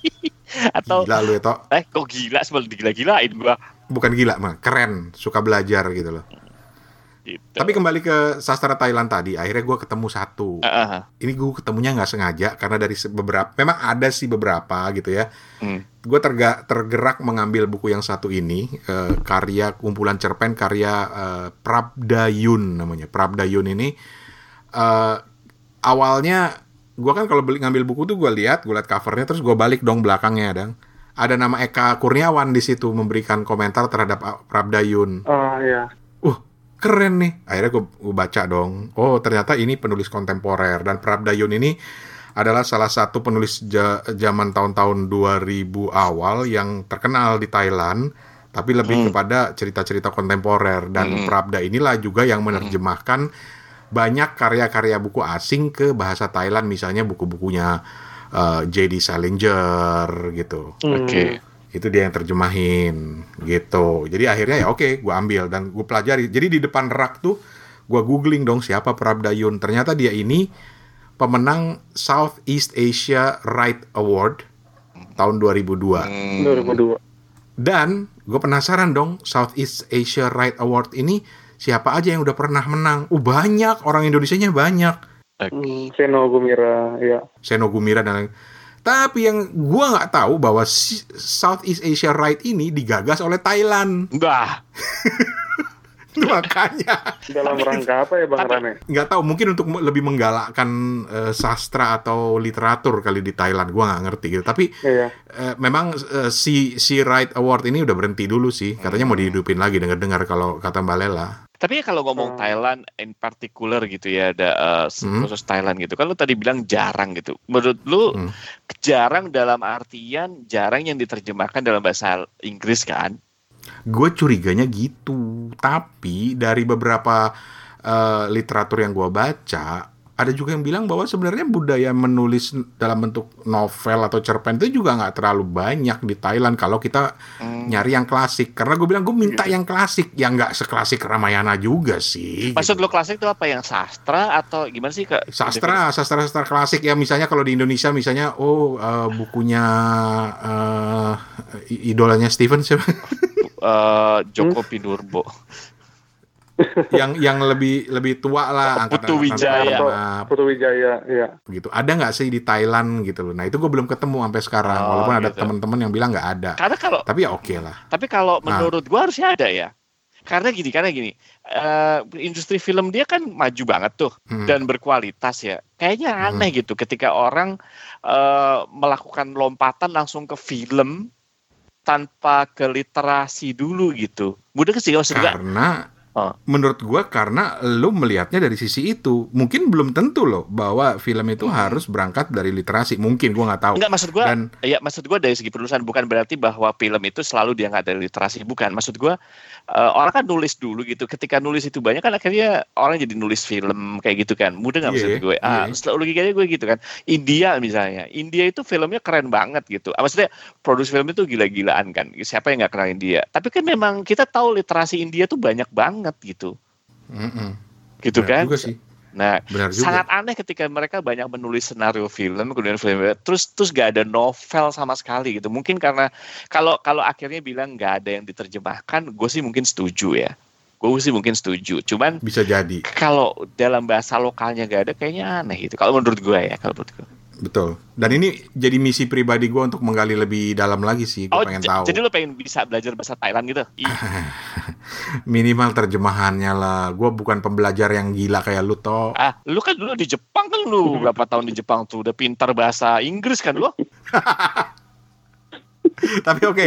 Atau gila lu ya, Tok. Eh kok gila, sebelum digila-gilain gua. Bukan gila mah, keren, suka belajar gitu loh. Gitu. Tapi kembali ke sastra Thailand tadi, akhirnya gue ketemu satu. Uh-huh. Ini gue ketemunya nggak sengaja karena dari beberapa, memang ada sih beberapa gitu ya. Hmm. Gue terga, tergerak mengambil buku yang satu ini, uh, karya kumpulan cerpen karya uh, Prabdayun namanya. Prabdayun ini uh, awalnya gue kan kalau beli ngambil buku tuh gue lihat, gue lihat covernya, terus gue balik dong belakangnya, dong. Ada nama Eka Kurniawan di situ memberikan komentar terhadap Prabdayun. Oh iya. Uh, keren nih. Akhirnya gue, gue baca dong. Oh, ternyata ini penulis kontemporer, dan Prabdayun ini adalah salah satu penulis ja, zaman tahun-tahun dua ribu awal yang terkenal di Thailand, tapi lebih hmm. kepada cerita-cerita kontemporer, dan hmm. Prabda inilah juga yang menerjemahkan hmm. banyak karya-karya buku asing ke bahasa Thailand, misalnya buku-bukunya uh, J D Salinger gitu. Oke. Okay. Itu dia yang terjemahin gitu. Jadi akhirnya ya oke, okay, gue ambil dan gue pelajari. Jadi di depan rak tuh gue googling dong siapa Prabdayun. Ternyata dia ini pemenang Southeast Asia Right Award tahun dua ribu dua. Hmm. dua ribu dua. Dan gue penasaran dong, Southeast Asia Right Award ini siapa aja yang udah pernah menang? Oh banyak, orang Indonesianya banyak. Hmm, Seno Gumira, ya. Seno Gumira dan lain. Tapi yang gua nggak tahu bahwa Southeast Asia Right ini digagas oleh Thailand. Bah. Makanya. Dalam rangka apa ya Bang Rane? Nggak tahu, mungkin untuk lebih menggalakkan uh, sastra atau literatur kali di Thailand. Gua nggak ngerti gitu. Tapi iya. uh, memang uh, si si Right Award ini udah berhenti dulu sih. Katanya hmm. mau dihidupin lagi, dengar-dengar kalau kata Mbak Lela. Tapi kalau ngomong hmm. Thailand in particular gitu ya, ada uh, hmm. khusus Thailand gitu. Kan lu tadi bilang jarang gitu. Menurut lu hmm. jarang dalam artian jarang yang diterjemahkan dalam bahasa Inggris kan? Gue curiganya gitu. Tapi dari beberapa uh, literatur yang gue baca, ada juga yang bilang bahwa sebenarnya budaya menulis dalam bentuk novel atau cerpen itu juga nggak terlalu banyak di Thailand kalau kita hmm. nyari yang klasik. Karena gue bilang gue minta yang klasik, yang nggak seklasik Ramayana juga sih. Maksud gitu. lo klasik itu apa, yang sastra atau gimana sih Kak? Sastra, sastra sastra klasik ya. Misalnya kalau di Indonesia misalnya oh uh, bukunya uh, idolanya Steven siapa? uh, Joko Pinurbo. yang yang lebih lebih tua lah, Putu Wijaya. Putu Wijaya, ya. Gitu. Ada nggak sih di Thailand gitu loh. Nah itu gue belum ketemu sampai sekarang. Oh, walaupun gitu. Ada teman-teman yang bilang nggak ada. Karena kalau, tapi ya oke okay lah. Tapi kalau nah. menurut gue harusnya ada ya. Karena gini, karena gini. Uh, industri film dia kan maju banget tuh hmm. dan berkualitas ya. Kayaknya aneh hmm. gitu ketika orang uh, melakukan lompatan langsung ke film tanpa ke literasi dulu gitu. Mudah sih maksud gue. Karena Oh. Menurut gue karena lo melihatnya dari sisi itu, mungkin belum tentu loh bahwa film itu hmm. harus berangkat dari literasi. Mungkin gue nggak tahu. Enggak, maksud gue, Dan, ya maksud gue dari segi penulisan, bukan berarti bahwa film itu selalu diangkat dari literasi, bukan. Maksud gue uh, orang kan nulis dulu gitu. Ketika nulis itu banyak kan akhirnya orang jadi nulis film kayak gitu kan. Mudah nggak maksud yeah, gue? Ah, yeah. Selalu logikanya gue gitu kan. India misalnya, India itu filmnya keren banget gitu. Maksudnya produksi film itu gila-gilaan kan. Siapa yang nggak kenal India? Tapi kan memang kita tahu literasi India tuh banyak banget gitu. Mm-mm. gitu Benar kan? juga sih. Nah, Benar juga. sangat aneh ketika mereka banyak menulis skenario film, kemudian film, terus terus gak ada novel sama sekali gitu. Mungkin karena kalau kalau akhirnya bilang gak ada yang diterjemahkan, gue sih mungkin setuju ya. Gue sih mungkin setuju. Cuman Bisa jadi. kalau dalam bahasa lokalnya gak ada, kayaknya aneh gitu. Kalau menurut gue ya, kalau menurut gue. Betul. Dan ini jadi misi pribadi gue untuk menggali lebih dalam lagi sih. Gue Oh, pengen j- tahu. jadi lo pengen bisa belajar bahasa Thailand gitu? Ih, Minimal terjemahannya lah. Gue bukan pembelajar yang gila kayak lu toh. ah, lu kan dulu di Jepang kan lu berapa tahun di Jepang tuh udah pintar bahasa Inggris kan lo? Tapi oke.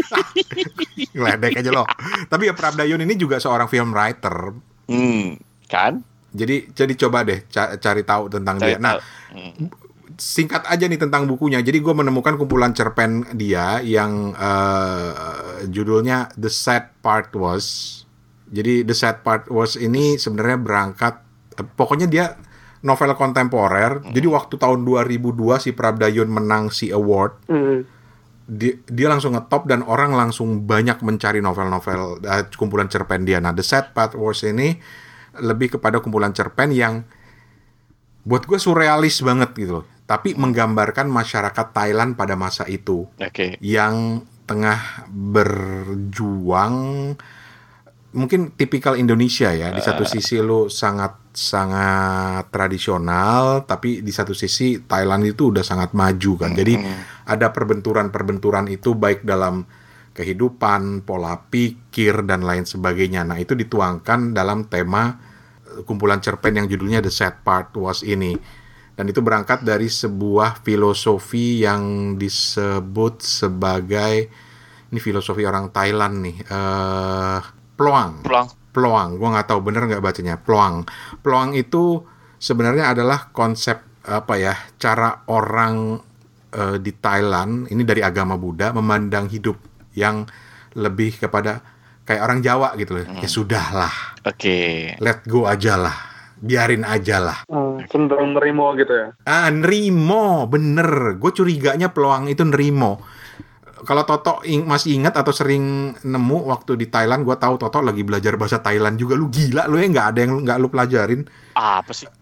Ngeledek aja lo. Tapi ya Prabdayun ini juga seorang film writer. Hmm, kan? Jadi jadi coba deh ca- cari tahu tentang Cari dia. Nah, tahu. Hmm. singkat aja nih tentang bukunya. Jadi gue menemukan kumpulan cerpen dia yang eh, judulnya The Sad Part Was. Jadi The Sad Part Was ini sebenarnya berangkat, eh, pokoknya dia novel kontemporer. Jadi waktu tahun dua ribu dua si Prabdayun menang si award, Hmm. dia, dia langsung ngetop dan orang langsung banyak mencari novel-novel eh, kumpulan cerpen dia. Nah, The Sad Part Was ini lebih kepada kumpulan cerpen yang buat gue surrealis banget gitu loh. Tapi menggambarkan masyarakat Thailand pada masa itu Oke. yang tengah berjuang, mungkin tipikal Indonesia ya. Di satu sisi lu sangat sangat tradisional, tapi di satu sisi Thailand itu udah sangat maju kan. Jadi ada perbenturan-perbenturan itu baik dalam kehidupan, pola pikir dan lain sebagainya. Nah, itu dituangkan dalam tema kumpulan cerpen yang judulnya The Sad Part Was ini. Dan itu berangkat dari sebuah filosofi yang disebut sebagai, ini filosofi orang Thailand nih, eh ploang. Pulang. Ploang, gue nggak tahu bener nggak bacanya. Ploang. Ploang itu sebenarnya adalah konsep apa ya, cara orang eh, di Thailand ini dari agama Buddha memandang hidup yang lebih kepada kayak orang Jawa gitu loh. Ya sudahlah, Oke. let go aja lah, biarin aja lah. Hmm, cenderung nerimo gitu ya. Ah, nerimo, bener. Gue curiganya Ploang itu nerimo. Kalau Toto ing- masih ingat atau sering nemu waktu di Thailand, gue tahu Toto lagi belajar bahasa Thailand juga. Lu gila, lu ya nggak ada yang nggak lu pelajarin. Apa sih?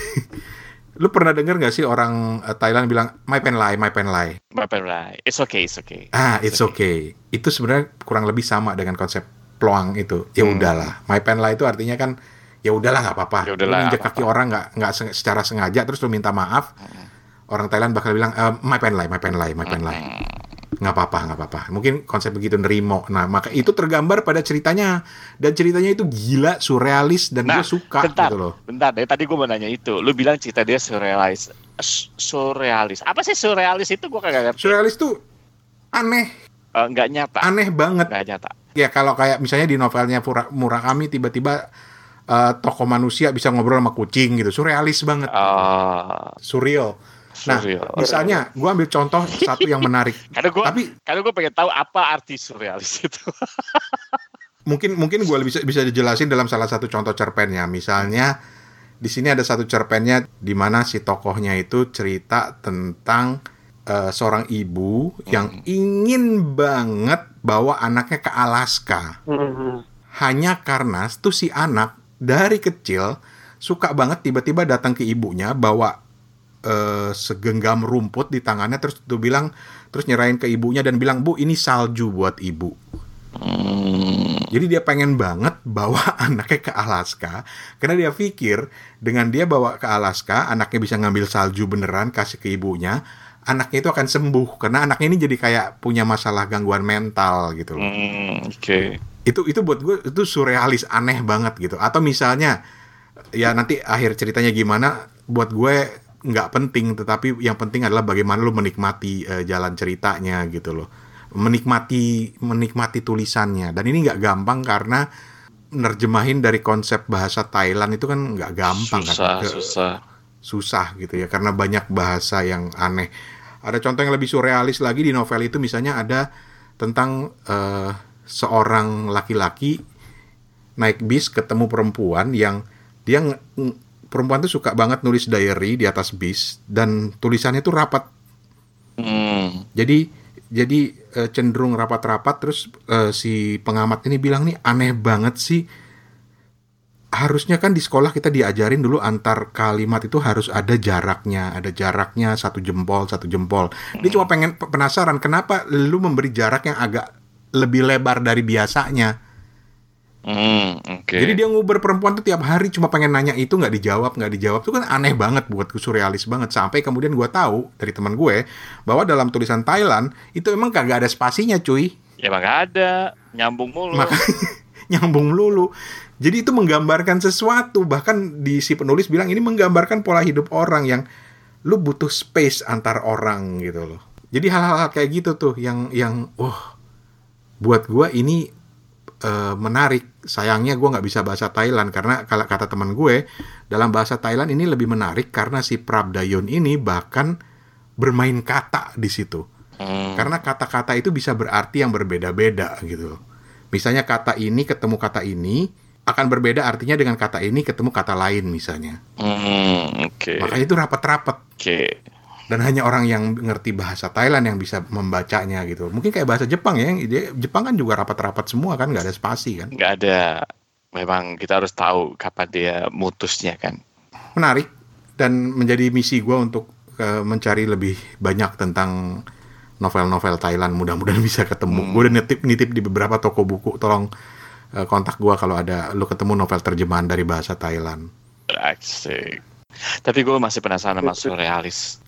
Lu pernah denger nggak sih orang eh, Thailand bilang my pen lai, my pen lai? Bapak right. It's okay, it's okay. Ah, it's okay. Itu sebenarnya kurang lebih sama dengan konsep Ploang itu. Ya Hmm. udahlah, my pen lai itu artinya kan ya udahlah nggak apa-apa. Ya Lu udahlah, injek nggak kaki orang nggak nggak se- secara sengaja terus lu minta maaf. Orang Thailand bakal bilang e, my pen lai, my pen lai, my pen lai. Nggak apa-apa, nggak apa-apa. Mungkin konsep begitu nerimo. Nah, maka itu tergambar pada ceritanya. Dan ceritanya itu gila, surrealis, dan Nah, gue suka bentar, gitu loh. bentar. Dari tadi gue mau nanya itu. Lu bilang cerita dia surrealis. S- Surrealis. Apa sih surrealis itu? Gue kagak ngerti. Surrealis tuh aneh, Eh, nggak nyata. aneh banget. Nggak nyata. Ya kalau kayak misalnya di novelnya Fura- Murakami tiba-tiba eh, tokoh manusia bisa ngobrol sama kucing gitu. Surrealis banget. Ah, Surreal. Nah, surreal. misalnya gue ambil contoh satu yang menarik. Karena gue, Tapi karena gue pengen tahu apa arti surrealis itu. mungkin mungkin gue bisa bisa dijelasin dalam salah satu contoh cerpennya. Misalnya di sini ada satu cerpennya di mana si tokohnya itu cerita tentang eh, seorang ibu yang ingin banget bawa anaknya ke Alaska. Hmm. Hanya karena tuh si anak dari kecil suka banget tiba-tiba datang ke ibunya bawa eh, segenggam rumput di tangannya, terus tuh bilang, terus nyerahin ke ibunya dan bilang, "Bu, ini salju buat ibu." Hmm. Jadi dia pengen banget bawa anaknya ke Alaska karena dia pikir dengan dia bawa ke Alaska, anaknya bisa ngambil salju beneran kasih ke ibunya, anaknya itu akan sembuh karena anaknya ini jadi kayak punya masalah gangguan mental gitu loh. Hmm, Oke. Itu itu buat gue itu surrealis, aneh banget gitu. Atau misalnya ya nanti akhir ceritanya gimana buat gue nggak penting, tetapi yang penting adalah bagaimana lu menikmati eh, jalan ceritanya gitu loh. Menikmati menikmati tulisannya. Dan ini nggak gampang karena nerjemahin dari konsep bahasa Thailand itu kan nggak gampang Susah, kan. Ke- susah. susah gitu ya karena banyak bahasa yang aneh. Ada contoh yang lebih surrealis lagi di novel itu, misalnya ada tentang eh, seorang laki-laki naik bis ketemu perempuan yang dia nge- ng- perempuan tuh suka banget nulis diary di atas bis dan tulisannya tuh rapat. Hmm. Jadi jadi eh, cenderung rapat-rapat, terus eh, si pengamat ini bilang nih aneh banget sih harusnya kan di sekolah kita diajarin dulu antar kalimat itu harus ada jaraknya, ada jaraknya satu jempol, satu jempol. Dia cuma pengen penasaran kenapa lu memberi jarak yang agak lebih lebar dari biasanya. Hmm, oke. Okay. Jadi dia nguber perempuan tuh tiap hari cuma pengen nanya itu, nggak dijawab, nggak dijawab. Itu kan aneh banget buatku, surrealis banget. Sampai kemudian gue tahu dari teman gue bahwa dalam tulisan Thailand itu emang kagak ada spasinya, cuy. Ya emang gak ada, nyambung mulu. Makanya nyambung melulu. Jadi itu menggambarkan sesuatu. Bahkan di si penulis bilang ini menggambarkan pola hidup orang yang lu butuh space antar orang gitu loh. Jadi hal-hal kayak gitu tuh yang yang wah, buat gue ini uh, menarik. Sayangnya gue nggak bisa bahasa Thailand karena kalau kata teman gue dalam bahasa Thailand ini lebih menarik karena si Prabdayon ini bahkan bermain kata di situ. Hmm. Karena kata-kata itu bisa berarti yang berbeda-beda gitu loh. Misalnya kata ini ketemu kata ini akan berbeda artinya dengan kata ini ketemu kata lain misalnya. Hmm, oke. Okay. Makanya itu rapat-rapat. Oke. Okay. Dan hanya orang yang ngerti bahasa Thailand yang bisa membacanya gitu. Mungkin kayak bahasa Jepang ya, Jepang kan juga rapat-rapat semua kan, nggak ada spasi kan? Nggak ada. Memang kita harus tahu kapan dia mutusnya kan. Menarik dan menjadi misi gue untuk uh, mencari lebih banyak tentang novel-novel Thailand. Mudah-mudahan bisa ketemu. Hmm. Gue udah nitip-nitip di beberapa toko buku. Tolong uh, kontak gue kalau ada lu ketemu novel terjemahan dari bahasa Thailand. Asik. Tapi gue masih penasaran sama surrealis.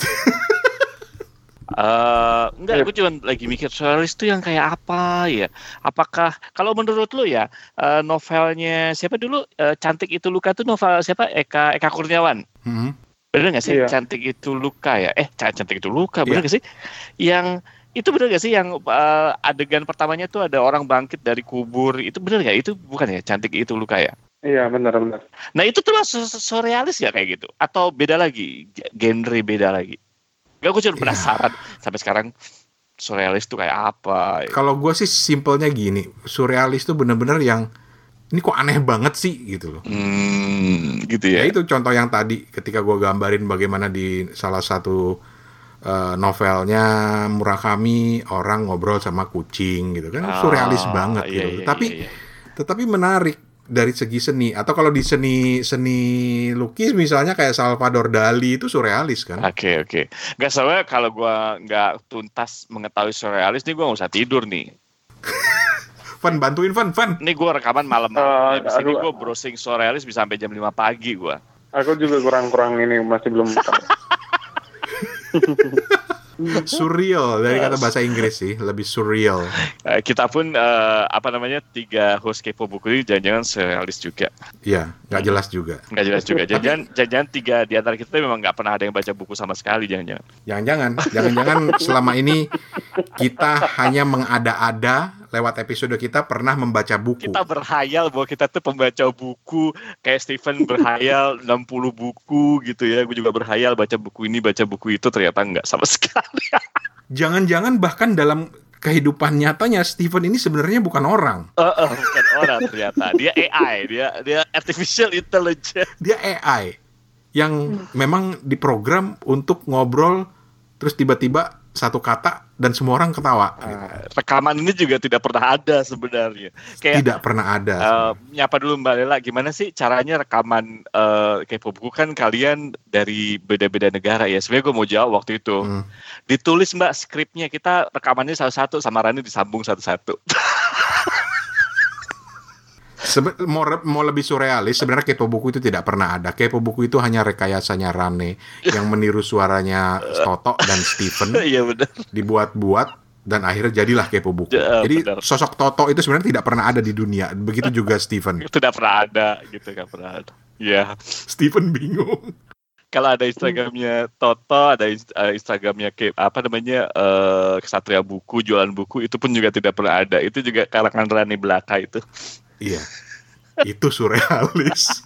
uh, enggak, gue cuma lagi mikir surrealis itu yang kayak apa ya? Apakah kalau menurut lu ya uh, novelnya siapa dulu uh, Cantik Itu Luka tuh novel siapa? Eka Eka Kurniawan. Hmm. Bener nggak sih iya. Cantik Itu Luka ya? Eh Cantik Itu Luka bener nggak iya. sih? Yang itu bener nggak sih yang uh, adegan pertamanya tuh ada orang bangkit dari kubur, itu bener nggak? Itu bukan ya Cantik Itu Luka ya? Iya benar-benar. Nah itu termasuk surrealis ya kayak gitu? Atau beda lagi? Genre beda lagi? Gak, aku cuma penasaran ya. Sampai sekarang surrealis tuh kayak apa? Kalau gue sih simpelnya gini, surrealis tuh bener-bener yang ini kok aneh banget sih gitu loh. Hmm, gitu ya. Ya itu contoh yang tadi ketika gue gambarin bagaimana di salah satu uh, novelnya Murakami orang ngobrol sama kucing gitu kan, oh, surrealis banget iya, gitu. Iya, tapi iya, iya. tetapi menarik dari segi seni. Atau kalau di seni seni lukis misalnya kayak Salvador Dali itu surrealis kan. Oke okay, oke. Okay. Nggak soalnya kalau gue nggak tuntas mengetahui surrealis nih gue nggak usah tidur nih. Van, bantuin Van, Van. Ini gue rekaman malam. Uh, Habis ini gue browsing surrealis bisa sampai jam lima pagi gue. Aku juga kurang-kurang ini masih belum tahu. Surreal dari kata bahasa Inggris sih, lebih surreal. Uh, kita pun uh, apa namanya tiga host kepo buku ini jangan-jangan surrealis juga. Iya, nggak jelas juga. Nggak jelas juga. Jangan-jangan, jangan tiga di antara kita memang nggak pernah ada yang baca buku sama sekali, jangan-jangan. Jangan-jangan, jangan-jangan selama ini kita hanya mengada-ada lewat episode kita pernah membaca buku. Kita berhayal bahwa kita tuh pembaca buku, kayak Stephen berhayal enam puluh buku gitu ya. Gue juga berhayal baca buku ini, baca buku itu, ternyata nggak sama sekali. Jangan-jangan bahkan dalam kehidupan nyatanya Stephen ini sebenarnya bukan orang. Uh, uh, bukan orang ternyata. Dia A I, dia dia artificial intelligence. Dia A I yang memang diprogram untuk ngobrol terus tiba-tiba satu kata dan semua orang ketawa. Uh, rekaman ini juga tidak pernah ada sebenarnya. Kayak, tidak pernah ada. Uh, nyapa dulu Mbak Lela, gimana sih caranya rekaman uh, kepo buku kan kalian dari beda-beda negara ya. Sebenarnya gue mau jawab waktu itu. Hmm. Ditulis Mbak skripnya, kita rekamannya satu-satu sama Rani disambung satu-satu. Sebe- mau, mau lebih surrealis, sebenarnya kepo buku itu tidak pernah ada. Kepo buku itu hanya rekayasanya Rane yang meniru suaranya Toto dan Stephen. Iya benar. Dibuat-buat dan akhirnya jadilah kepo buku. Ya, jadi benar. Sosok Toto itu sebenarnya tidak pernah ada di dunia. Begitu juga Stephen. Tidak pernah ada, gitu nggak pernah ada. Ya. Stephen bingung. Kalau ada Instagramnya Toto, ada Instagramnya ke apa namanya uh, Kesatria Buku, jualan buku, itu pun juga tidak pernah ada. Itu juga karangan Rani Belaka itu. Iya, itu surrealis.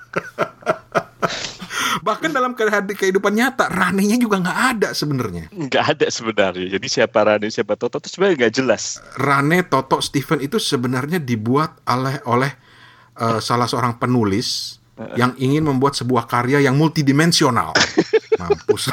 Bahkan dalam kehidupan nyata, Rane-nya juga nggak ada sebenarnya. Nggak ada sebenarnya. Jadi siapa Rane, siapa Toto itu sebenarnya nggak jelas. Rane, Toto, Stephen itu sebenarnya dibuat oleh oleh uh, salah seorang penulis uh. yang ingin membuat sebuah karya yang multidimensional. Mampus.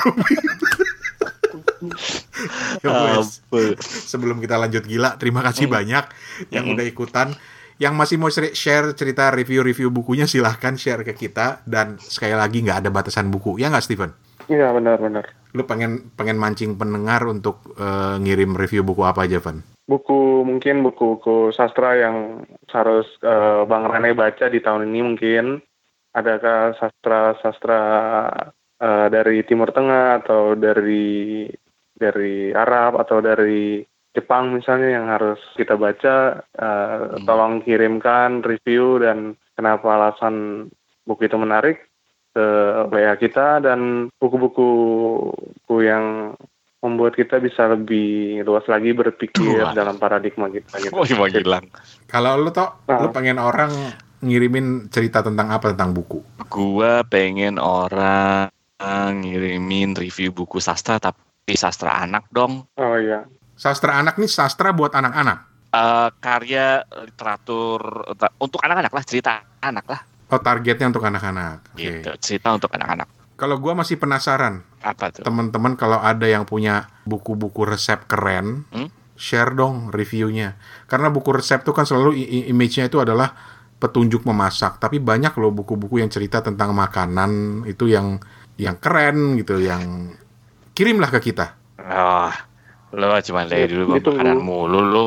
Ya, sebelum kita lanjut gila, terima kasih hmm. banyak yang hmm. udah ikutan. Yang masih mau share cerita review-review bukunya silahkan share ke kita. Dan sekali lagi nggak ada batasan buku. Ya nggak, Steven? Iya, benar-benar. Lu pengen pengen mancing pendengar untuk uh, ngirim review buku apa aja, Van? Buku, mungkin buku-buku sastra yang harus uh, Bang Rane baca di tahun ini mungkin. Adakah sastra-sastra uh, dari Timur Tengah atau dari dari Arab atau dari Jepang misalnya yang harus kita baca, uh, hmm. tolong kirimkan review dan kenapa alasan buku itu menarik ke W A kita, dan buku-buku buku yang membuat kita bisa lebih luas lagi berpikir Tuh. dalam paradigma kita. Gitu. Oh, mau hilang. Kalau lu toh, nah. lu pengen orang ngirimin cerita tentang apa tentang buku? Gua pengen orang ngirimin review buku sastra tapi sastra anak dong. Oh iya. Sastra anak nih sastra buat anak-anak? Uh, karya literatur untuk anak-anak lah, cerita anak lah. Oh, targetnya untuk anak-anak. Gitu, okay. Cerita untuk anak-anak. Kalau gue masih penasaran, apa tuh? Teman-teman kalau ada yang punya buku-buku resep keren, hmm? share dong reviewnya. Karena buku resep tuh kan selalu i- image-nya itu adalah petunjuk memasak. Tapi banyak loh buku-buku yang cerita tentang makanan itu yang yang keren gitu, yang kirimlah ke kita. Oh. Lo cuma dari dulu bang makanan mulu lo.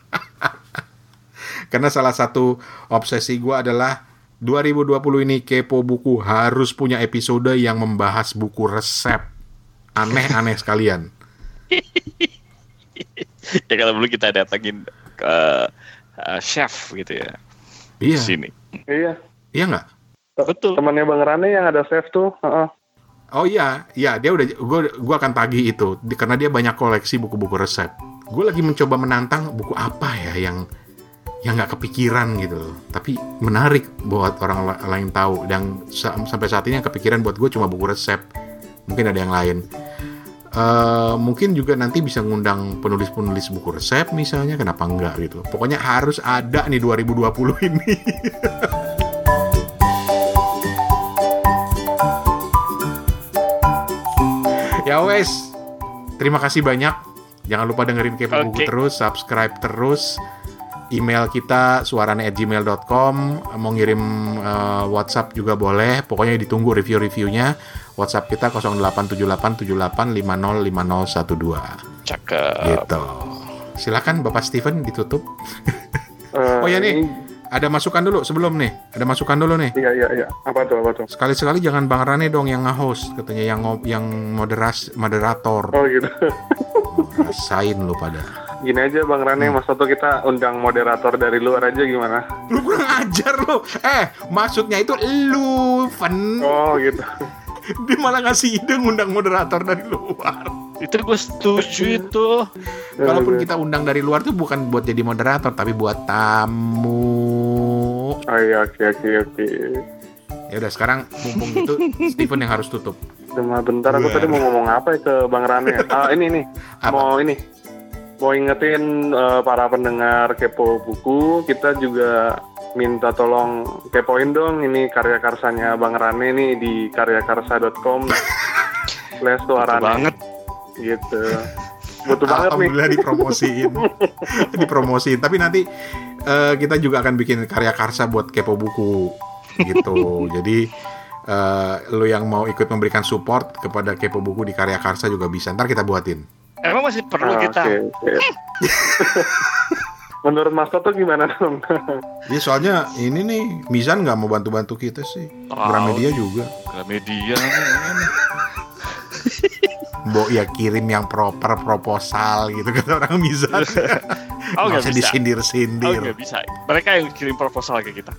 Karena salah satu obsesi gue adalah dua ribu dua puluh ini Kepo Buku harus punya episode yang membahas buku resep aneh-aneh sekalian. Ya kalau dulu kita datangin ke uh, chef gitu ya. Iya. Di sini. Iya. Iya nggak? Betul. Temannya Bang Rane yang ada chef tuh. Uh-uh. Oh iya, iya dia udah, gue gue akan tagih itu di, karena dia banyak koleksi buku-buku resep. Gue lagi mencoba menantang buku apa ya yang yang nggak kepikiran gitu loh, tapi menarik buat orang lain tahu. Dan sampai saat ini yang kepikiran buat gue cuma buku resep. Mungkin ada yang lain. Uh, mungkin juga nanti bisa ngundang penulis-penulis buku resep misalnya, kenapa enggak gitu. Pokoknya harus ada nih dua ribu dua puluh ini. Ya wes, terima kasih banyak. Jangan lupa dengerin Kepo Buku okay. terus, subscribe terus. Email kita suarane at gmail dot com. Mau ngirim uh, WhatsApp juga boleh. Pokoknya ditunggu review-reviewnya. WhatsApp kita nol delapan tujuh delapan tujuh delapan lima nol lima nol satu dua. Cakep. Gitu. Silakan Bapak Steven ditutup. uh, oh ya nih. Ada masukan dulu sebelum nih. Ada masukan dulu nih. Iya iya iya. Apa tuh apa tuh? Sekali-sekali jangan Bang Rane dong yang nge-host, katanya yang yang moderas moderator. Oh gitu. Oh, rasain lu pada. Gini aja Bang Rane, hmm. maksud tuh kita undang moderator dari luar aja gimana? Lu kurang ajar lu. Eh, maksudnya itu lu, Van. Oh gitu. Dia malah ngasih ide ngundang moderator dari luar. Itu gue setuju itu. Kalaupun kita undang dari luar tuh bukan buat jadi moderator, tapi buat tamu. Oh iya, oke oke oke. Ya udah sekarang mumpung itu Steven yang harus tutup. Cuma bentar, aku tadi mau ngomong apa ya ke Bang Rane? Ah ini nih, apa? mau ini, mau ingetin uh, para pendengar Kepo Buku, kita juga minta tolong kepoin dong ini karya karsanya Bang Rane nih di karyakarsa dot com slash suarane. Butuh banget. Gitu. Butuh banget nih. Alhamdulillah dipromosiin. dipromosiin. Tapi nanti uh, kita juga akan bikin karya karsa buat Kepo Buku gitu. Jadi uh, lo yang mau ikut memberikan support kepada Kepo Buku di karya karsa juga bisa. Ntar kita buatin. Emang masih perlu ah, kita. Okay, okay. Menurut Mas Toto gimana dong? Ya soalnya ini nih Mizan nggak mau bantu-bantu kita sih. Oh, Gramedia juga. Gramedia. Mbok ya kirim yang proper proposal gitu kata orang Mizan. Oh nggak bisa disindir-sindir. Oh nggak bisa. Mereka yang kirim proposal ke kita.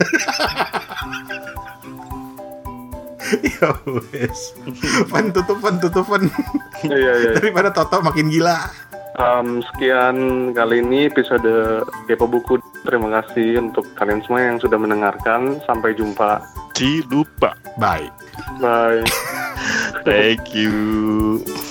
Ya wes. Fan tutup, fan tutup, fan. Iya iya. Daripada Toto makin gila. Um, sekian kali ini episode Kepo Buku. Terima kasih untuk kalian semua yang sudah mendengarkan. Sampai jumpa. Jangan lupa. Bye. Bye. Thank you.